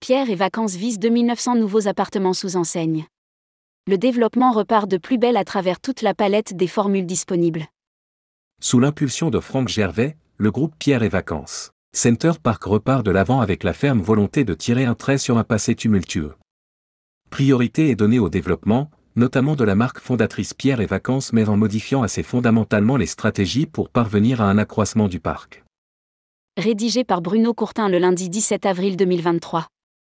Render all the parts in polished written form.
Pierre et Vacances vise 2900 nouveaux appartements sous enseigne. Le développement repart de plus belle à travers toute la palette des formules disponibles. Sous l'impulsion de Franck Gervais, le groupe Pierre et Vacances Center Park repart de l'avant avec la ferme volonté de tirer un trait sur un passé tumultueux. Priorité est donnée au développement, notamment de la marque fondatrice Pierre et Vacances, mais en modifiant assez fondamentalement les stratégies pour parvenir à un accroissement du parc. Rédigé par Bruno Courtin le lundi 17 avril 2023.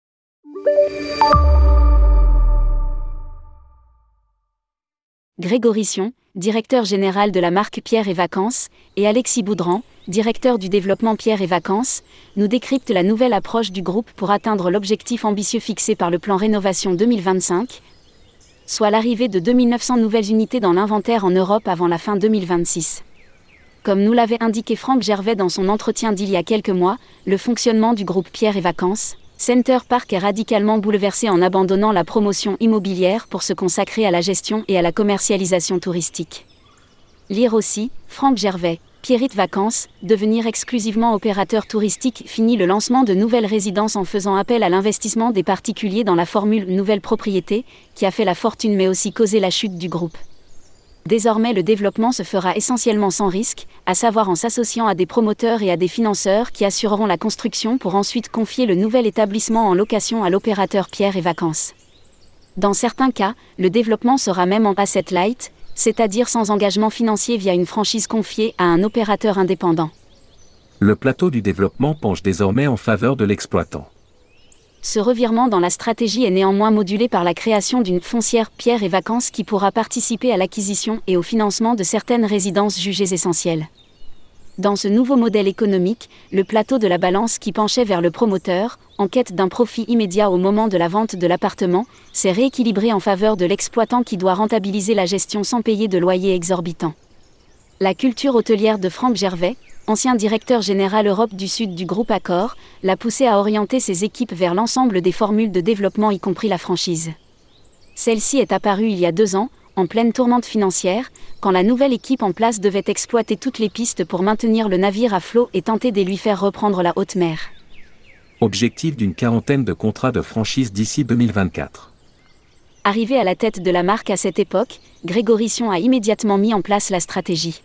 Grégory Sion, directeur général de la marque Pierre et Vacances, et Alexis Boudran, directeur du développement Pierre et Vacances, nous décryptent la nouvelle approche du groupe pour atteindre l'objectif ambitieux fixé par le plan Rénovation 2025, soit l'arrivée de 2900 nouvelles unités dans l'inventaire en Europe avant la fin 2026. Comme nous l'avait indiqué Franck Gervais dans son entretien d'il y a quelques mois, le fonctionnement du groupe Pierre et Vacances Center Park est radicalement bouleversé en abandonnant la promotion immobilière pour se consacrer à la gestion et à la commercialisation touristique. Lire aussi, Franck Gervais, Pierritt Vacances, devenir exclusivement opérateur touristique finit le lancement de nouvelles résidences en faisant appel à l'investissement des particuliers dans la formule nouvelle propriété, qui a fait la fortune mais aussi causé la chute du groupe. Désormais le développement se fera essentiellement sans risque, à savoir en s'associant à des promoteurs et à des financeurs qui assureront la construction pour ensuite confier le nouvel établissement en location à l'opérateur Pierre et Vacances. Dans certains cas, le développement sera même en asset light, c'est-à-dire sans engagement financier via une franchise confiée à un opérateur indépendant. Le plateau du développement penche désormais en faveur de l'exploitant. Ce revirement dans la stratégie est néanmoins modulé par la création d'une foncière Pierre et Vacances qui pourra participer à l'acquisition et au financement de certaines résidences jugées essentielles. Dans ce nouveau modèle économique, le plateau de la balance qui penchait vers le promoteur, en quête d'un profit immédiat au moment de la vente de l'appartement, s'est rééquilibré en faveur de l'exploitant qui doit rentabiliser la gestion sans payer de loyer exorbitant. La culture hôtelière de Franck Gervais, ancien directeur général Europe du Sud du groupe Accor, l'a poussé à orienter ses équipes vers l'ensemble des formules de développement y compris la franchise. Celle-ci est apparue il y a 2 ans, en pleine tourmente financière, quand la nouvelle équipe en place devait exploiter toutes les pistes pour maintenir le navire à flot et tenter de lui faire reprendre la haute mer. Objectif d'une 40aine de contrats de franchise d'ici 2024. Arrivé à la tête de la marque à cette époque, Grégory Sion a immédiatement mis en place la stratégie.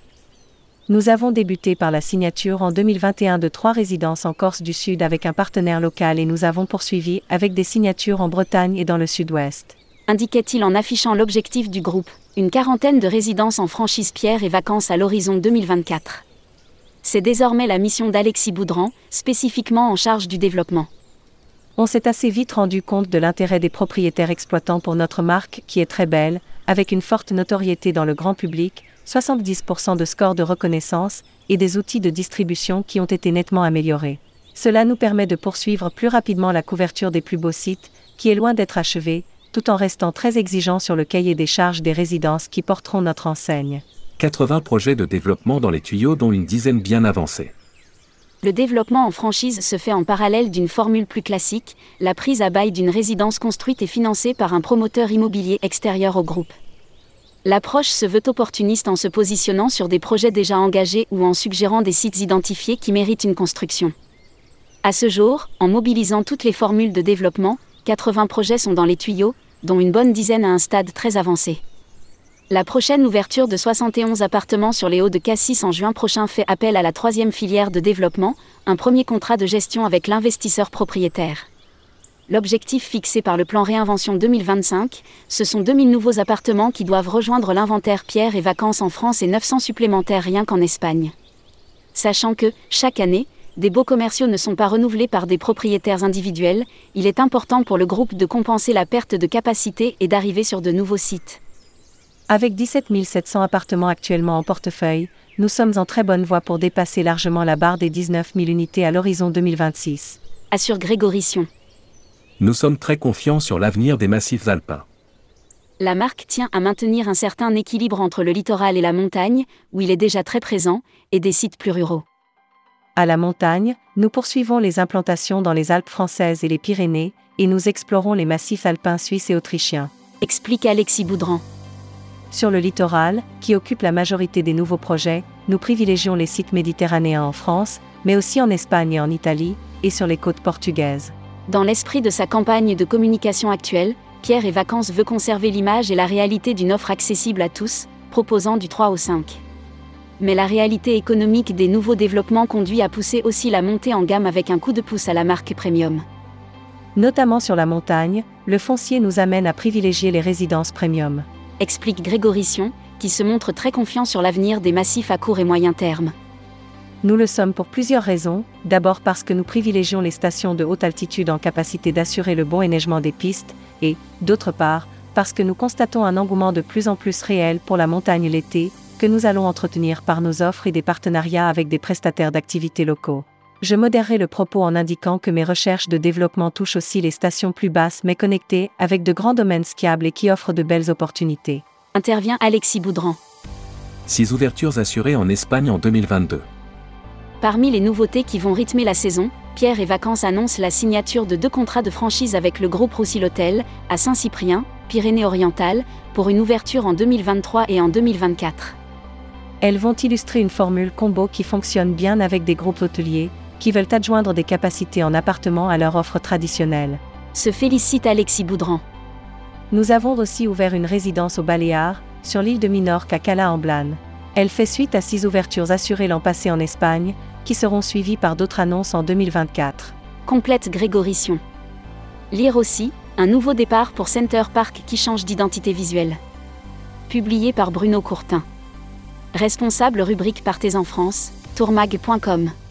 Nous avons débuté par la signature en 2021 de 3 résidences en Corse du Sud avec un partenaire local et nous avons poursuivi avec des signatures en Bretagne et dans le Sud-Ouest. Indiquait-il en affichant l'objectif du groupe, une 40aine de résidences en franchise Pierre et Vacances à l'horizon 2024. C'est désormais la mission d'Alexis Boudran, spécifiquement en charge du développement. On s'est assez vite rendu compte de l'intérêt des propriétaires exploitants pour notre marque qui est très belle, avec une forte notoriété dans le grand public, 70% de score de reconnaissance et des outils de distribution qui ont été nettement améliorés. Cela nous permet de poursuivre plus rapidement la couverture des plus beaux sites, qui est loin d'être achevée, tout en restant très exigeant sur le cahier des charges des résidences qui porteront notre enseigne. 80 projets de développement dans les tuyaux dont une dizaine bien avancés. Le développement en franchise se fait en parallèle d'une formule plus classique, la prise à bail d'une résidence construite et financée par un promoteur immobilier extérieur au groupe. L'approche se veut opportuniste en se positionnant sur des projets déjà engagés ou en suggérant des sites identifiés qui méritent une construction. À ce jour, en mobilisant toutes les formules de développement, 80 projets sont dans les tuyaux, dont une bonne dizaine à un stade très avancé. La prochaine ouverture de 71 appartements sur les Hauts de Cassis en juin prochain fait appel à la 3e filière de développement, un premier contrat de gestion avec l'investisseur propriétaire. L'objectif fixé par le plan Réinvention 2025, ce sont 2000 nouveaux appartements qui doivent rejoindre l'inventaire Pierre et Vacances en France et 900 supplémentaires rien qu'en Espagne. Sachant que, chaque année, des baux commerciaux ne sont pas renouvelés par des propriétaires individuels, il est important pour le groupe de compenser la perte de capacité et d'arriver sur de nouveaux sites. Avec 17 700 appartements actuellement en portefeuille, nous sommes en très bonne voie pour dépasser largement la barre des 19 000 unités à l'horizon 2026. Assure Grégory Sion. Nous sommes très confiants sur l'avenir des massifs alpins. La marque tient à maintenir un certain équilibre entre le littoral et la montagne, où il est déjà très présent, et des sites plus ruraux. À la montagne, nous poursuivons les implantations dans les Alpes françaises et les Pyrénées, et nous explorons les massifs alpins suisses et autrichiens. Explique Alexis Boudran. Sur le littoral, qui occupe la majorité des nouveaux projets, nous privilégions les sites méditerranéens en France, mais aussi en Espagne et en Italie, et sur les côtes portugaises. Dans l'esprit de sa campagne de communication actuelle, Pierre et Vacances veut conserver l'image et la réalité d'une offre accessible à tous, proposant du 3 au 5. Mais la réalité économique des nouveaux développements conduit à pousser aussi la montée en gamme avec un coup de pouce à la marque premium. Notamment sur la montagne, le foncier nous amène à privilégier les résidences premium. Explique Grégory Sion, qui se montre très confiant sur l'avenir des massifs à court et moyen terme. Nous le sommes pour plusieurs raisons, d'abord parce que nous privilégions les stations de haute altitude en capacité d'assurer le bon éneigement des pistes, et, d'autre part, parce que nous constatons un engouement de plus en plus réel pour la montagne l'été, que nous allons entretenir par nos offres et des partenariats avec des prestataires d'activités locaux. Je modérerai le propos en indiquant que mes recherches de développement touchent aussi les stations plus basses mais connectées, avec de grands domaines skiables et qui offrent de belles opportunités. Intervient Alexis Boudran. 6 ouvertures assurées en Espagne en 2022. Parmi les nouveautés qui vont rythmer la saison, Pierre et Vacances annonce la signature de 2 contrats de franchise avec le groupe Roussil Hôtel, à Saint-Cyprien, Pyrénées-Orientales, pour une ouverture en 2023 et en 2024. Elles vont illustrer une formule combo qui fonctionne bien avec des groupes hôteliers, qui veulent adjoindre des capacités en appartement à leur offre traditionnelle. Se félicite Alexis Boudran. Nous avons aussi ouvert une résidence aux Baléares, sur l'île de Minorque à Cala-en-Blanc. Elle fait suite à 6 ouvertures assurées l'an passé en Espagne, qui seront suivies par d'autres annonces en 2024. Complète Grégory Sion. Lire aussi, un nouveau départ pour Center Parc qui change d'identité visuelle. Publié par Bruno Courtin. Responsable rubrique Partez en France, tourmag.com.